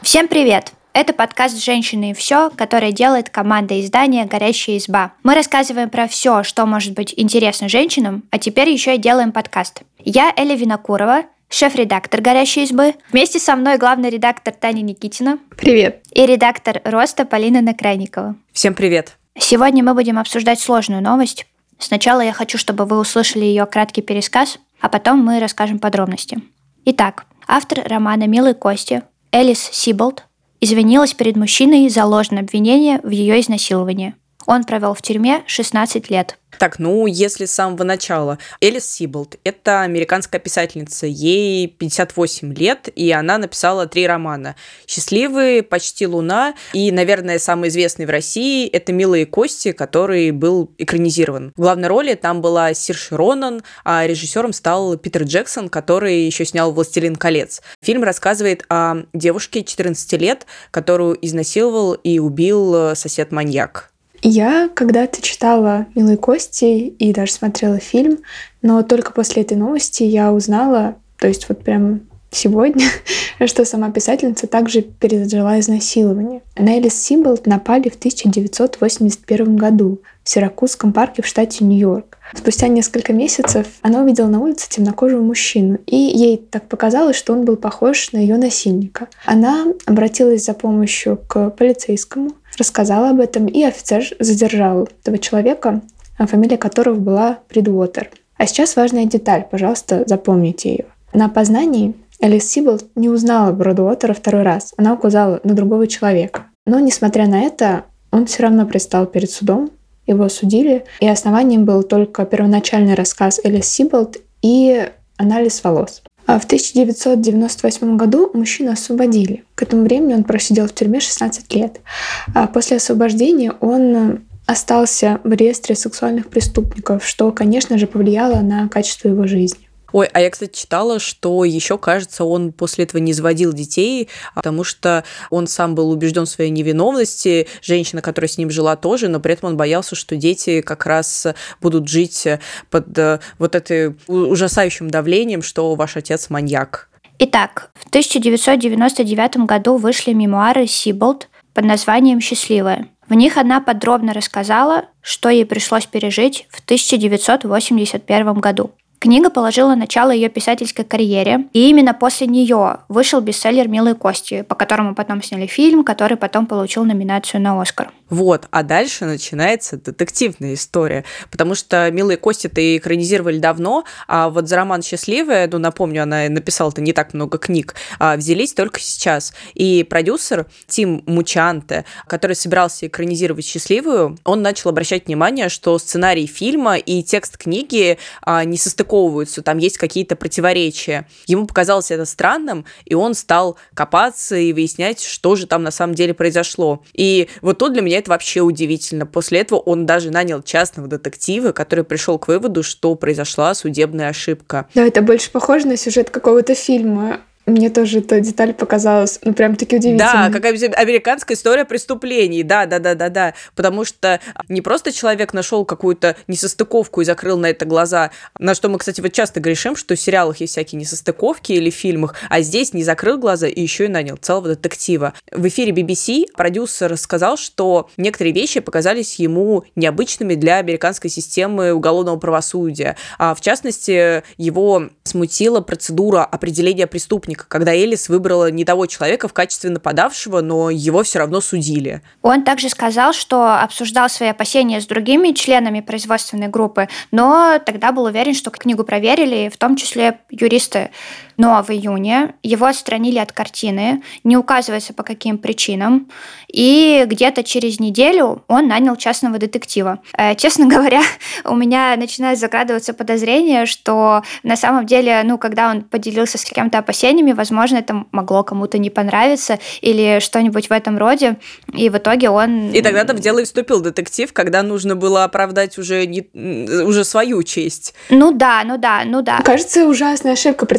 Всем привет! Это подкаст «Женщины и все», который делает команда издания «Горящая изба». Мы рассказываем про все, что может быть интересно женщинам, а теперь еще и делаем подкаст. Я Эля Винокурова, шеф-редактор «Горящей избы». Вместе со мной главный редактор Таня Никитина. Привет. И редактор «Роста» Полина Накрайникова. Всем привет. Сегодня мы будем обсуждать сложную новость. Сначала я хочу, чтобы вы услышали ее краткий пересказ, а потом мы расскажем подробности. Итак, автор романа «Милые кости» Элис Сиболт извинилась перед мужчиной за ложное обвинение в ее изнасиловании. Он провел в тюрьме 16 лет. Так, если с самого начала. Элис Сиболт – это американская писательница, ей 58 лет, и она написала 3 романа. «Счастливые», «Почти луна» и, наверное, самый известный в России – это «Милые кости», который был экранизирован. В главной роли там была Сирши Ронан, а режиссером стал Питер Джексон, который еще снял «Властелин колец». Фильм рассказывает о девушке 14 лет, которую изнасиловал и убил сосед-маньяк. Я когда-то читала «Милые кости» и даже смотрела фильм, но только после этой новости я узнала, то есть вот прям сегодня, что сама писательница также пережила изнасилование. На Элис Сиболт напали в 1981 году в Сиракузском парке в штате Нью-Йорк. Спустя несколько месяцев она увидела на улице темнокожего мужчину, и ей так показалось, что он был похож на ее насильника. Она обратилась за помощью к полицейскому, рассказала об этом, и офицер задержал этого человека, фамилия которого была Придуотер. А сейчас важная деталь, пожалуйста, запомните ее. На опознании Элис Сиболт не узнала Придуотера второй раз, она указала на другого человека. Но, несмотря на это, он все равно предстал перед судом, его осудили, и основанием был только первоначальный рассказ Элис Сиболт и анализ волос. А в 1998 году мужчину освободили. К этому времени он просидел в тюрьме 16 лет. А после освобождения он остался в реестре сексуальных преступников, что, конечно же, повлияло на качество его жизни. Ой, а я, кстати, читала, что еще, кажется, он после этого не заводил детей, потому что он сам был убежден в своей невиновности, женщина, которая с ним жила, тоже, но при этом он боялся, что дети как раз будут жить под вот этим ужасающим давлением, что ваш отец маньяк. Итак, в 1999 году вышли мемуары Сиболт под названием «Счастливая». В них она подробно рассказала, что ей пришлось пережить в 1981 году. Книга положила начало ее писательской карьере, и именно после нее вышел бестселлер «Милые кости», по которому потом сняли фильм, который потом получил номинацию на «Оскар». Вот, а дальше начинается детективная история, потому что «Милые кости»-то экранизировали давно, а вот за роман «Счастливая», напомню, она написала-то не так много книг, взялись только сейчас. И продюсер Тим Мучанте, который собирался экранизировать «Счастливую», он начал обращать внимание, что сценарий фильма и текст книги не состыковываются, там есть какие-то противоречия. Ему показалось это странным, и он стал копаться и выяснять, что же там на самом деле произошло. И вот тут для меня это вообще удивительно. После этого он даже нанял частного детектива, который пришел к выводу, что произошла судебная ошибка. Да, это больше похоже на сюжет какого-то фильма. Мне тоже эта деталь показалась, прям-таки удивительной. Да, какая американская история преступлений, да, потому что не просто человек нашел какую-то несостыковку и закрыл на это глаза, на что мы, кстати, вот часто грешим, что в сериалах есть всякие несостыковки или в фильмах, а здесь не закрыл глаза и еще и нанял целого детектива. В эфире BBC продюсер сказал, что некоторые вещи показались ему необычными для американской системы уголовного правосудия, а в частности, его смутила процедура определения преступника, когда Элис выбрала не того человека в качестве нападавшего, но его все равно судили. Он также сказал, что обсуждал свои опасения с другими членами производственной группы, но тогда был уверен, что книгу проверили, в том числе юристы. Но в июне его отстранили от картины, не указывается по каким причинам, и где-то через неделю он нанял частного детектива. Честно говоря, у меня начинает закрадываться подозрение, что на самом деле, когда он поделился с кем-то опасениями, возможно, это могло кому-то не понравиться или что-нибудь в этом роде, и в итоге он... И тогда-то в дело и вступил детектив, когда нужно было оправдать уже свою честь. Ну да. Кажется, ужасная ошибка. Представляете,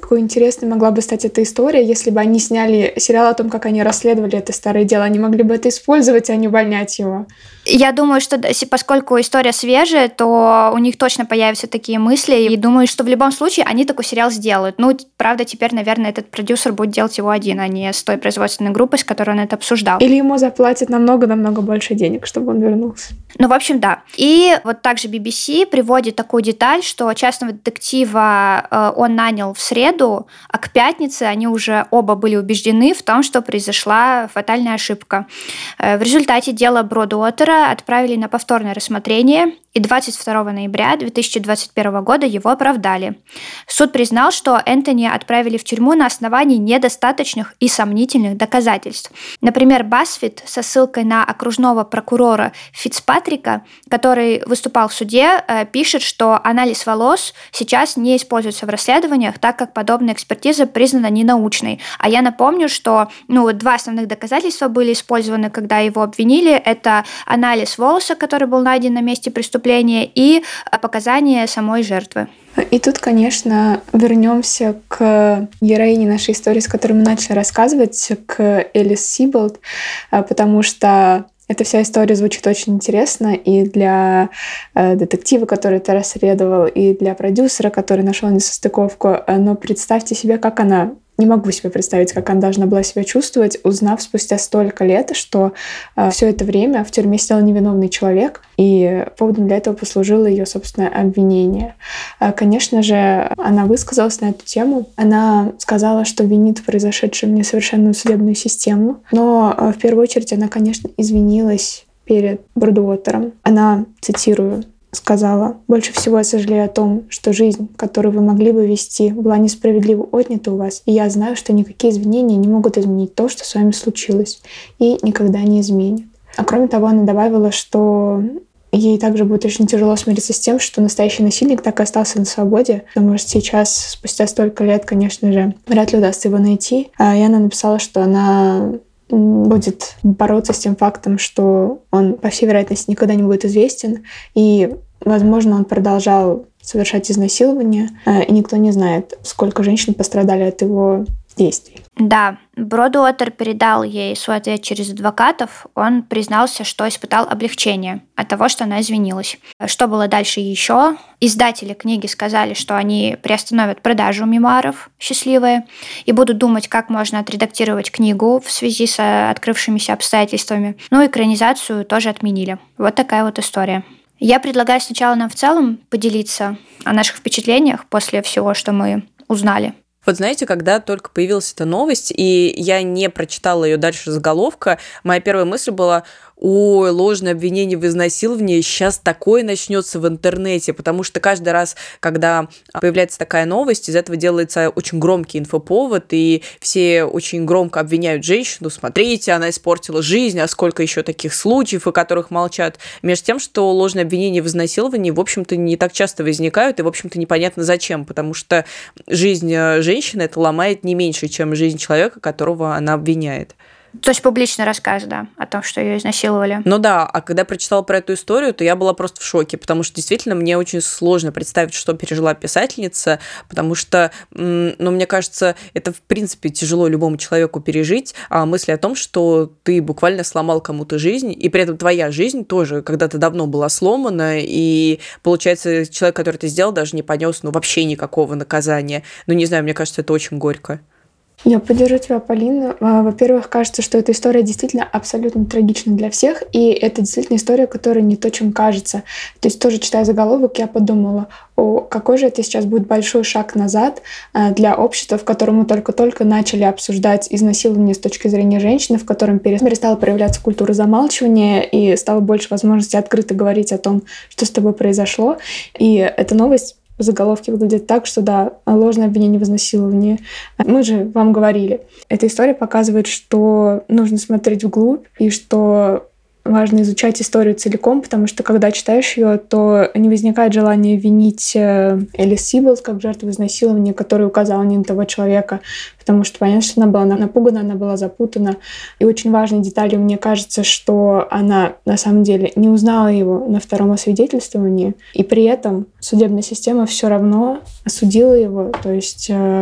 какой интересной могла бы стать эта история, если бы они сняли сериал о том, как они расследовали это старое дело. Они могли бы это использовать, а не увольнять его. Я думаю, что поскольку история свежая, то у них точно появятся такие мысли. И думаю, что в любом случае они такой сериал сделают. Ну, правда, теперь, наверное, этот продюсер будет делать его один, а не с той производственной группой, с которой он это обсуждал. Или ему заплатят намного-намного больше денег, чтобы он вернулся. Ну, в общем, да. И вот также BBC приводит такую деталь, что частного детектива он нанял в среду, а к пятнице они уже оба были убеждены в том, что произошла фатальная ошибка. В результате дело Бродуотера отправили на повторное рассмотрение, и 22 ноября 2021 года его оправдали. Суд признал, что Энтони отправили в тюрьму на основании недостаточных и сомнительных доказательств. Например, BuzzFeed со ссылкой на окружного прокурора Фицпатрика, который выступал в суде, пишет, что анализ волос сейчас не используется в расследованиях, так как подобная экспертиза признана ненаучной. А я напомню, что два основных доказательства были использованы, когда его обвинили. Это анализ волоса, который был найден на месте преступления, и показания самой жертвы. И тут, конечно, вернемся к героине нашей истории, с которой мы начали рассказывать, к Элис Сиболт, потому что эта вся история звучит очень интересно и для детектива, который это расследовал, и для продюсера, который нашел несостыковку. Но представьте себе, как она... Не могу себе представить, как она должна была себя чувствовать, узнав спустя столько лет, что все это время в тюрьме сидел невиновный человек, и поводом для этого послужило ее собственное обвинение. Конечно же, она высказалась на эту тему. Она сказала, что винит в произошедшем несовершенную судебную систему, но в первую очередь она, конечно, извинилась перед Бродуотером. Она, цитирую, сказала: «Больше всего я сожалею о том, что жизнь, которую вы могли бы вести, была несправедливо отнята у вас, и я знаю, что никакие извинения не могут изменить то, что с вами случилось, и никогда не изменят». А кроме того, она добавила, что ей также будет очень тяжело смириться с тем, что настоящий насильник так и остался на свободе, потому что сейчас, спустя столько лет, конечно же, вряд ли удастся его найти. И она написала, что она будет бороться с тем фактом, что он, по всей вероятности, никогда не будет известен, и, возможно, он продолжал совершать изнасилования, и никто не знает, сколько женщин пострадали от его действий. Да, Бродуотер передал ей свой ответ через адвокатов. Он признался, что испытал облегчение от того, что она извинилась. Что было дальше еще? Издатели книги сказали, что они приостановят продажу мемуаров «Счастливые» и будут думать, как можно отредактировать книгу в связи с открывшимися обстоятельствами. Ну, экранизацию тоже отменили. Вот такая вот история. Я предлагаю сначала нам в целом поделиться о наших впечатлениях после всего, что мы узнали. Вот знаете, когда только появилась эта новость, и я не прочитала ее дальше заголовка, моя первая мысль была: ой, ложное обвинение в изнасиловании, сейчас такое начнется в интернете, потому что каждый раз, когда появляется такая новость, из этого делается очень громкий инфоповод, и все очень громко обвиняют женщину: смотрите, она испортила жизнь, а сколько еще таких случаев, о которых молчат. Между тем, что ложные обвинения в изнасиловании, в общем-то, не так часто возникают, и, в общем-то, непонятно зачем, потому что жизнь женщины это ломает не меньше, чем жизнь человека, которого она обвиняет. То есть публичный рассказ, да, о том, что ее изнасиловали. Ну да, а когда прочитала про эту историю, то я была просто в шоке, потому что действительно мне очень сложно представить, что пережила писательница, потому что, мне кажется, это в принципе тяжело любому человеку пережить, а мысли о том, что ты буквально сломал кому-то жизнь, и при этом твоя жизнь тоже когда-то давно была сломана, и получается, человек, который это сделал, даже не понес вообще никакого наказания. Не знаю, мне кажется, это очень горько. Я поддержу тебя, Полина. Во-первых, кажется, что эта история действительно абсолютно трагична для всех, и это действительно история, которая не то, чем кажется. То есть тоже читая заголовок, я подумала, какой же это сейчас будет большой шаг назад для общества, в котором мы только-только начали обсуждать изнасилование с точки зрения женщины, в котором перестала проявляться культура замалчивания и стало больше возможности открыто говорить о том, что с тобой произошло. И эта новость в заголовке выглядит так, что да, ложное обвинение в изнасиловании. Мы же вам говорили. Эта история показывает, что нужно смотреть вглубь и что важно изучать историю целиком, потому что когда читаешь ее, то не возникает желания винить Элис Сиболт как жертву изнасилования, которая указала не на того человека, потому что понятно, что она была напугана, она была запутана. И очень важной деталью, мне кажется, что она на самом деле не узнала его на втором освидетельствовании, и при этом судебная система все равно осудила его. То есть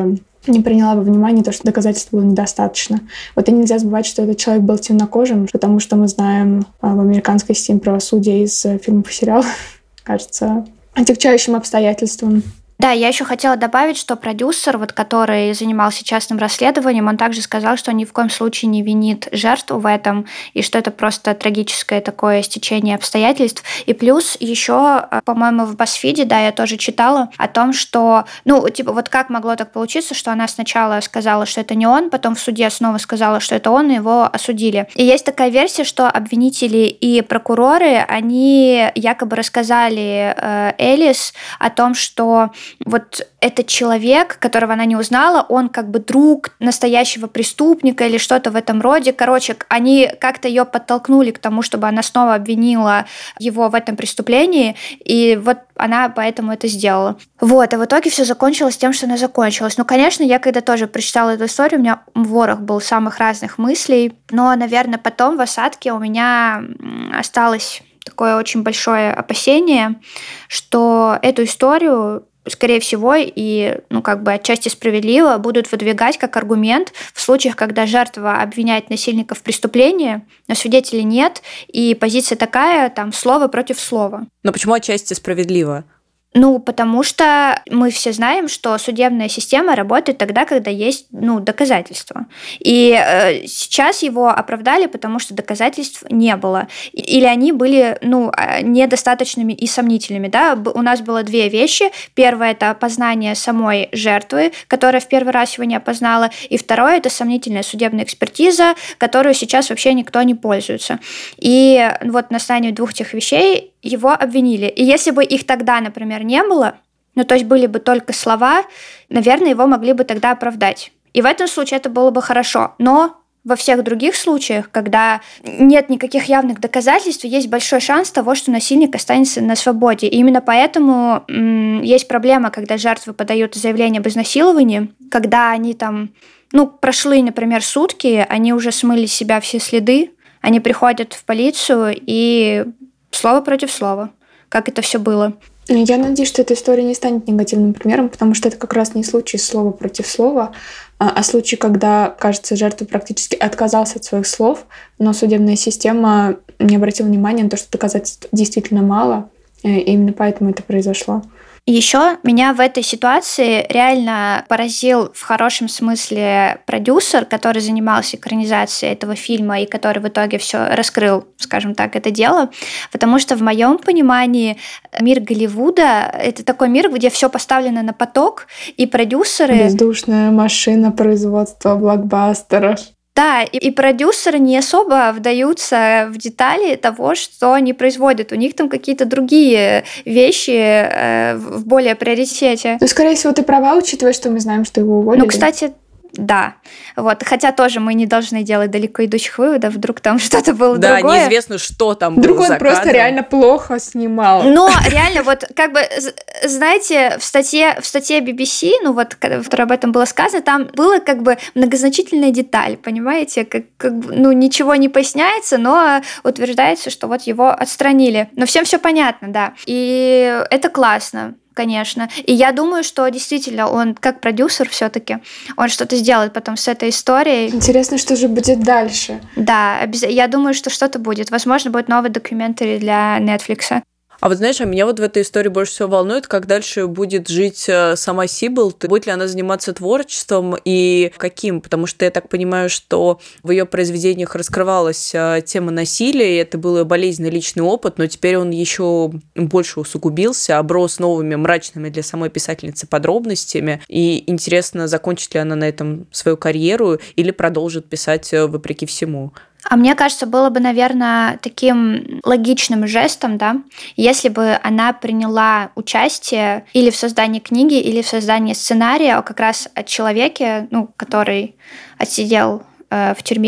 не приняла во внимание то, что доказательств было недостаточно. Вот и нельзя забывать, что этот человек был темнокожим, потому что мы знаем в американской системе правосудия из фильмов и сериалов, кажется, отягчающим обстоятельством. Да, я еще хотела добавить, что продюсер, который занимался частным расследованием, он также сказал, что ни в коем случае не винит жертву в этом, и что это просто трагическое такое стечение обстоятельств. И плюс еще, по-моему, в BuzzFeed, да, я тоже читала о том, что, как могло так получиться, что она сначала сказала, что это не он, потом в суде снова сказала, что это он, и его осудили. И есть такая версия, что обвинители и прокуроры, они якобы рассказали Элис о том, что вот этот человек, которого она не узнала, он как бы друг настоящего преступника или что-то в этом роде. Короче, они как-то ее подтолкнули к тому, чтобы она снова обвинила его в этом преступлении, и вот она поэтому это сделала. Вот, и в итоге все закончилось тем, что она закончилась. Ну, конечно, я когда тоже прочитала эту историю, у меня ворох был самых разных мыслей, но, наверное, потом в осадке у меня осталось такое очень большое опасение, что эту историю, скорее всего, и, отчасти справедливо будут выдвигать как аргумент в случаях, когда жертва обвиняет насильника в преступлении, но свидетелей нет, и позиция такая, там, слово против слова. Но почему отчасти справедливо? Потому что мы все знаем, что судебная система работает тогда, когда есть, доказательства. И сейчас его оправдали, потому что доказательств не было. Или они были, недостаточными и сомнительными. Да? У нас было две вещи. Первое – это опознание самой жертвы, которая в первый раз его не опознала. И второе – это сомнительная судебная экспертиза, которую сейчас вообще никто не пользуется. И вот на основании двух этих вещей его обвинили. И если бы их тогда, например, не было, то есть были бы только слова, наверное, его могли бы тогда оправдать. И в этом случае это было бы хорошо. Но во всех других случаях, когда нет никаких явных доказательств, есть большой шанс того, что насильник останется на свободе. И именно поэтому есть проблема, когда жертвы подают заявление об изнасиловании, когда они прошли, например, сутки, они уже смыли с себя все следы, они приходят в полицию и слово против слова, как это все было. Я надеюсь, что эта история не станет негативным примером, потому что это как раз не случай слова против слова, а случай, когда, кажется, жертва практически отказался от своих слов, но судебная система не обратила внимания на то, что доказательств действительно мало, и именно поэтому это произошло. Еще меня в этой ситуации реально поразил в хорошем смысле продюсер, который занимался экранизацией этого фильма и который в итоге все раскрыл, скажем так, это дело, потому что в моем понимании мир Голливуда — это такой мир, где все поставлено на поток, и продюсеры... Бездушная машина производства блокбастеров. Да, и продюсеры не особо вдаются в детали того, что они производят. У них там какие-то другие вещи в более приоритете. Скорее всего, ты права, учитывая, что мы знаем, что его уволили. Кстати, да. Вот. Хотя тоже мы не должны делать далеко идущих выводов, вдруг там что-то было другое. Да, неизвестно, что там было за кадром. Вдруг он просто реально плохо снимал. Но реально, знаете, в статье BBC, в которой об этом было сказано, там была многозначительная деталь, понимаете? Ничего не поясняется, но утверждается, что его отстранили. Но всем все понятно, да. И это классно. Конечно. И я думаю, что действительно он, как продюсер все-таки, он что-то сделает потом с этой историей. Интересно, что же будет дальше. Да, я думаю, что что-то будет. Возможно, будет новый документари для Netflix. А вот знаешь, меня в этой истории больше всего волнует, как дальше будет жить сама Сибилд, будет ли она заниматься творчеством и каким, потому что я так понимаю, что в ее произведениях раскрывалась тема насилия, и это был болезненный личный опыт, но теперь он еще больше усугубился, оброс новыми мрачными для самой писательницы подробностями, и интересно, закончит ли она на этом свою карьеру или продолжит писать вопреки всему. А мне кажется, было бы, наверное, таким логичным жестом, да, если бы она приняла участие или в создании книги, или в создании сценария как раз о человеке, который отсидел в тюрьме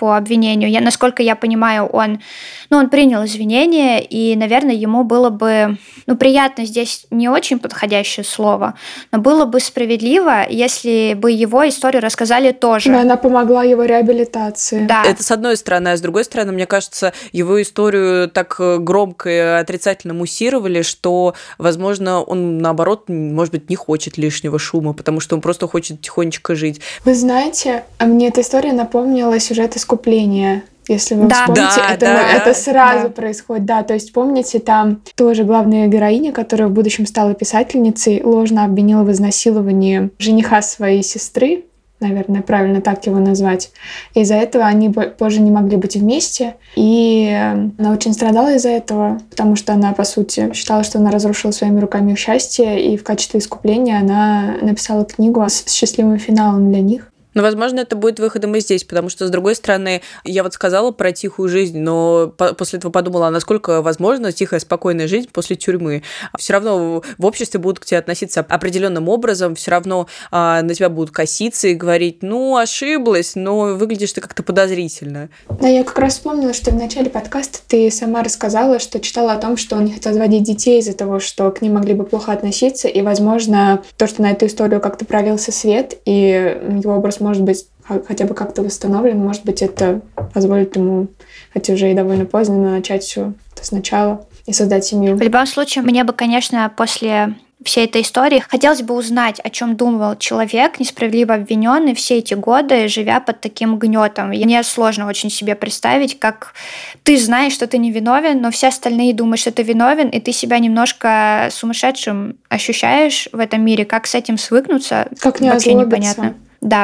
по обвинению. Насколько я понимаю, он принял извинения, и, наверное, ему было бы, приятно здесь не очень подходящее слово, но было бы справедливо, если бы его историю рассказали тоже. Да, она помогла его реабилитации. Да. Это с одной стороны, а с другой стороны, мне кажется, его историю так громко и отрицательно муссировали, что, возможно, он, наоборот, может быть, не хочет лишнего шума, потому что он просто хочет тихонечко жить. Вы знаете, мне эта история напомнила сюжет «Искупления». Если вы вспомните, это сразу происходит. Да, то есть помните, там тоже главная героиня, которая в будущем стала писательницей, ложно обвинила в изнасиловании жениха своей сестры, наверное, правильно так его назвать. И из-за этого они позже не могли быть вместе. И она очень страдала из-за этого, потому что она, по сути, считала, что она разрушила своими руками их счастье, и в качестве искупления она написала книгу с счастливым финалом для них. Но, возможно, это будет выходом и здесь, потому что, с другой стороны, я вот сказала про тихую жизнь, но после этого подумала, насколько возможна тихая, спокойная жизнь после тюрьмы. Все равно в обществе будут к тебе относиться определенным образом, все равно на тебя будут коситься и говорить, ошиблась, но выглядишь ты как-то подозрительно. Да, я как раз вспомнила, что в начале подкаста ты сама рассказала, что читала о том, что он не хотел заводить детей из-за того, что к ним могли бы плохо относиться, и, возможно, то, что на эту историю как-то пролился свет, и его образ может быть хотя бы как-то восстановлен, может быть, это позволит ему, хотя уже и довольно поздно, но начать все сначала и создать семью. В любом случае, мне бы, конечно, после всей этой истории хотелось бы узнать, о чем думал человек, несправедливо обвиненный все эти годы, живя под таким гнетом. Мне сложно очень себе представить, как ты знаешь, что ты не виновен, но все остальные думают, что ты виновен, и ты себя немножко сумасшедшим ощущаешь в этом мире. Как с этим свыкнуться, как не вообще озлобиться. Непонятно.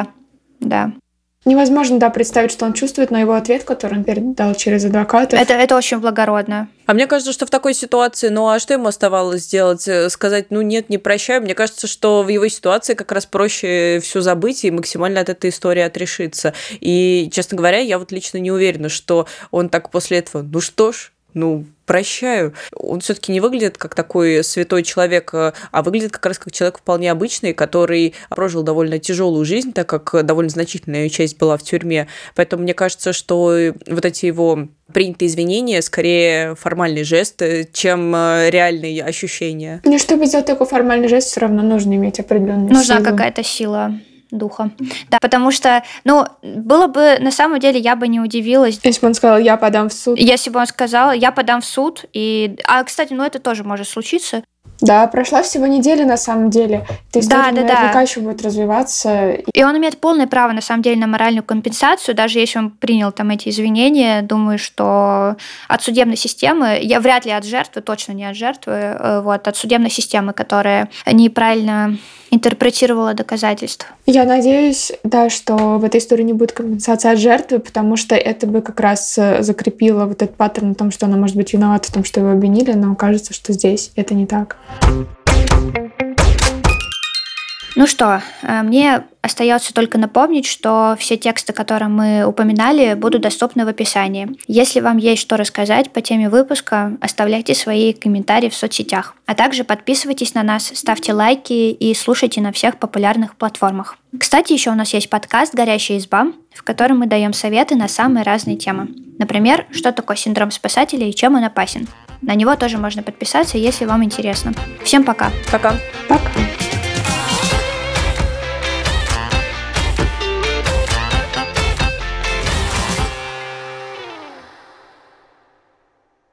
Да. Невозможно, представить, что он чувствует, но его ответ, который он передал через адвокатов... Это очень благородно. А мне кажется, что в такой ситуации, а что ему оставалось сделать? Сказать, нет, не прощаю. Мне кажется, что в его ситуации как раз проще все забыть и максимально от этой истории отрешиться. И, честно говоря, я вот лично не уверена, что он так после этого, прощаю. Он все-таки не выглядит как такой святой человек, а выглядит как раз как человек вполне обычный, который прожил довольно тяжелую жизнь, так как довольно значительная ее часть была в тюрьме. Поэтому мне кажется, что вот эти его принятые извинения скорее формальный жест, чем реальные ощущения. И чтобы сделать такой формальный жест, все равно нужно иметь определенную силу. Нужна какая-то сила духа. Да, потому что, было бы, на самом деле, я бы не удивилась. Если бы он сказал, я подам в суд. Если бы он сказал, я подам в суд. Кстати, это тоже может случиться. Да, прошла всего неделя, на самом деле. Эта история наверняка еще будет развиваться. И он имеет полное право, на самом деле, на моральную компенсацию, даже если он принял там эти извинения. Думаю, что от судебной системы, я вряд ли от жертвы, точно не от жертвы, от судебной системы, которая неправильно интерпретировала доказательства. Я надеюсь, что в этой истории не будет компенсации от жертвы, потому что это бы как раз закрепило вот этот паттерн о том, что она может быть виновата в том, что его обвинили, но кажется, что здесь это не так. Ну что, мне остается только напомнить, что все тексты, которые мы упоминали, будут доступны в описании. Если вам есть что рассказать по теме выпуска, оставляйте свои комментарии в соцсетях. А также подписывайтесь на нас, ставьте лайки и слушайте на всех популярных платформах. Кстати, еще у нас есть подкаст «Горящая изба», в котором мы даем советы на самые разные темы. Например, что такое синдром спасателя и чем он опасен. На него тоже можно подписаться, если вам интересно. Всем пока. Пока. Пока.